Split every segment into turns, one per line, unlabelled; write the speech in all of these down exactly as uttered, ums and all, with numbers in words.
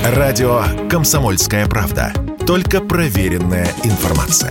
Радио «Комсомольская правда». Только проверенная информация.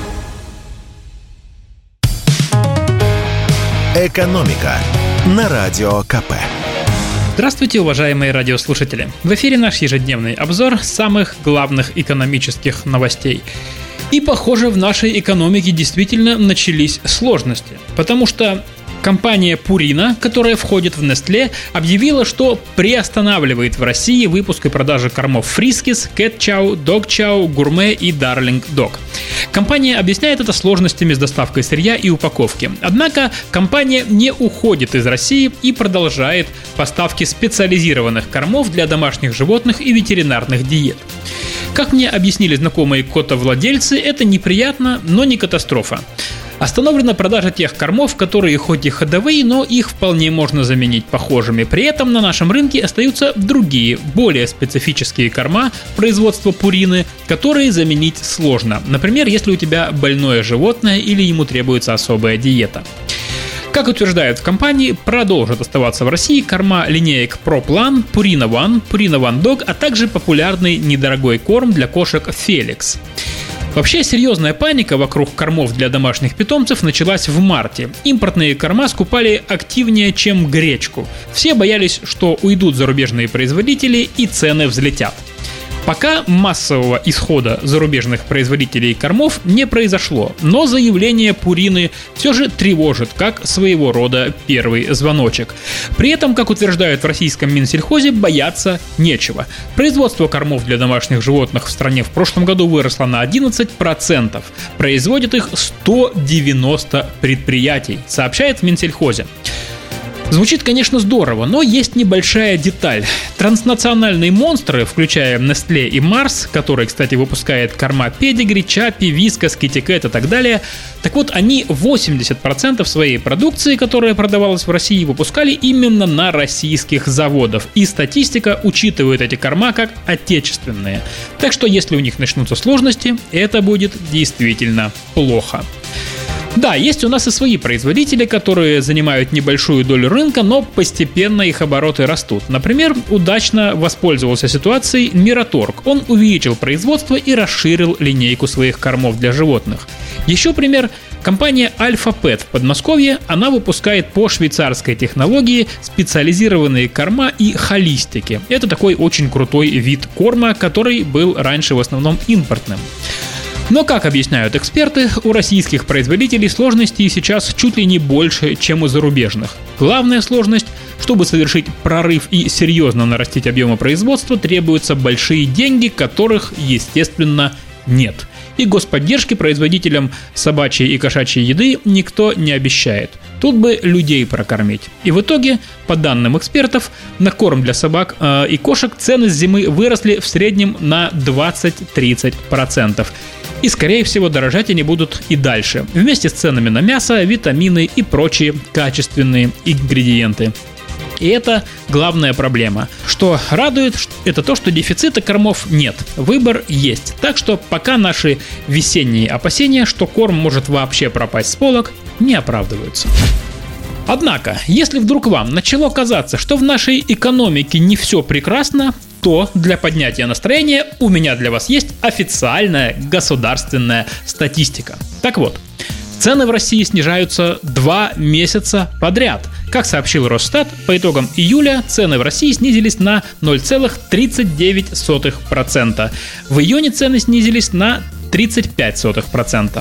«Экономика» на Радио КП.
Здравствуйте, уважаемые радиослушатели! В эфире наш ежедневный обзор самых главных экономических новостей. И, похоже, в нашей экономике действительно начались сложности, потому что компания Purina, которая входит в Nestlé, объявила, что приостанавливает в России выпуск и продажу кормов Friskies, Cat Chow, Dog Chow, Gourmet и Darling Dog. Компания объясняет это сложностями с доставкой сырья и упаковки. Однако компания не уходит из России и продолжает поставки специализированных кормов для домашних животных и ветеринарных диет. Как мне объяснили знакомые котовладельцы, это неприятно, но не катастрофа. Остановлена продажа тех кормов, которые хоть и ходовые, но их вполне можно заменить похожими. При этом на нашем рынке остаются другие, более специфические корма производства Purina, которые заменить сложно. Например, если у тебя больное животное или ему требуется особая диета. Как утверждают в компании, продолжат оставаться в России корма линеек Pro Plan, Purina One, Purina One Dog, а также популярный недорогой корм для кошек Felix. Вообще, серьезная паника вокруг кормов для домашних питомцев началась в марте. Импортные корма скупали активнее, чем гречку. Все боялись, что уйдут зарубежные производители и цены взлетят. Пока массового исхода зарубежных производителей кормов не произошло, но заявление Purina все же тревожит, как своего рода первый звоночек. При этом, как утверждают в российском Минсельхозе, бояться нечего. Производство кормов для домашних животных в стране в прошлом году выросло на одиннадцать процентов. Производит их сто девяносто предприятий, сообщает в Минсельхозе. Звучит, конечно, здорово, но есть небольшая деталь. Транснациональные монстры, включая Nestlé и Mars, который, кстати, выпускает корма Pedigree, Чаппи, Whiskas, Kitty Cat и так далее, так вот, они восемьдесят процентов своей продукции, которая продавалась в России, выпускали именно на российских заводах. И статистика учитывает эти корма как отечественные. Так что, если у них начнутся сложности, это будет действительно плохо. Да, есть у нас и свои производители, которые занимают небольшую долю рынка, но постепенно их обороты растут. Например, удачно воспользовался ситуацией Miraторг. Он увеличил производство и расширил линейку своих кормов для животных. Еще пример – компания Alpha Pet в Подмосковье. Она выпускает по швейцарской технологии специализированные корма и холистики. Это такой очень крутой вид корма, который был раньше в основном импортным. Но, как объясняют эксперты, у российских производителей сложностей сейчас чуть ли не больше, чем у зарубежных. Главная сложность – чтобы совершить прорыв и серьезно нарастить объемы производства, требуются большие деньги, которых, естественно, нет. И господдержки производителям собачьей и кошачьей еды никто не обещает. Тут бы людей прокормить. И в итоге, по данным экспертов, на корм для собак э, и кошек цены с зимы выросли в среднем на двадцать-тридцать процентов. И, скорее всего, дорожать они будут и дальше, вместе с ценами на мясо, витамины и прочие качественные ингредиенты. И это главная проблема. Что радует, это то, что дефицита кормов нет, выбор есть. Так что пока наши весенние опасения, что корм может вообще пропасть с полок, не оправдываются. Однако, если вдруг вам начало казаться, что в нашей экономике не все прекрасно, то для поднятия настроения у меня для вас есть официальная государственная статистика. Так вот, цены в России снижаются два месяца подряд. Как сообщил Росстат, по итогам июля цены в России снизились на ноль целых тридцать девять сотых процента. В июне цены снизились на тридцать пять сотых процента.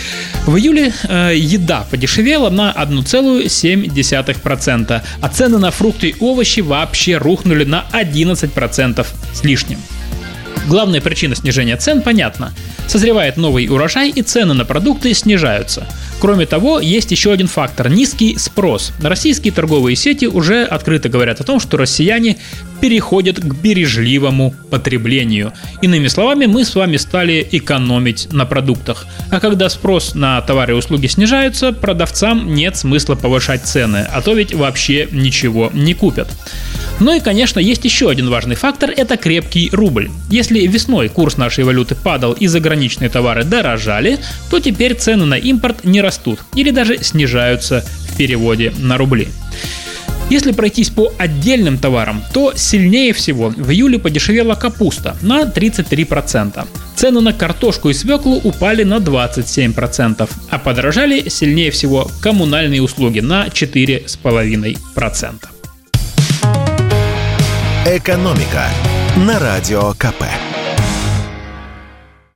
В июле э, еда подешевела на одна целая семь десятых процента, а цены на фрукты и овощи вообще рухнули на одиннадцать процентов с лишним. Главная причина снижения цен понятна. Созревает новый урожай, и цены на продукты снижаются. Кроме того, есть еще один фактор – низкий спрос. Российские торговые сети уже открыто говорят о том, что россияне переходят к бережливому потреблению. Иными словами, мы с вами стали экономить на продуктах. А когда спрос на товары и услуги снижаются, продавцам нет смысла повышать цены, а то ведь вообще ничего не купят. Ну и, конечно, есть еще один важный фактор – это крепкий рубль. Если весной курс нашей валюты падал и заграничные товары дорожали, то теперь цены на импорт не растут или даже снижаются в переводе на рубли. Если пройтись по отдельным товарам, то сильнее всего в июле подешевела капуста на тридцать три процента. Цены на картошку и свеклу упали на двадцать семь процентов, а подорожали сильнее всего коммунальные услуги на четыре целых пять десятых процента.
Экономика на Радио ка пэ.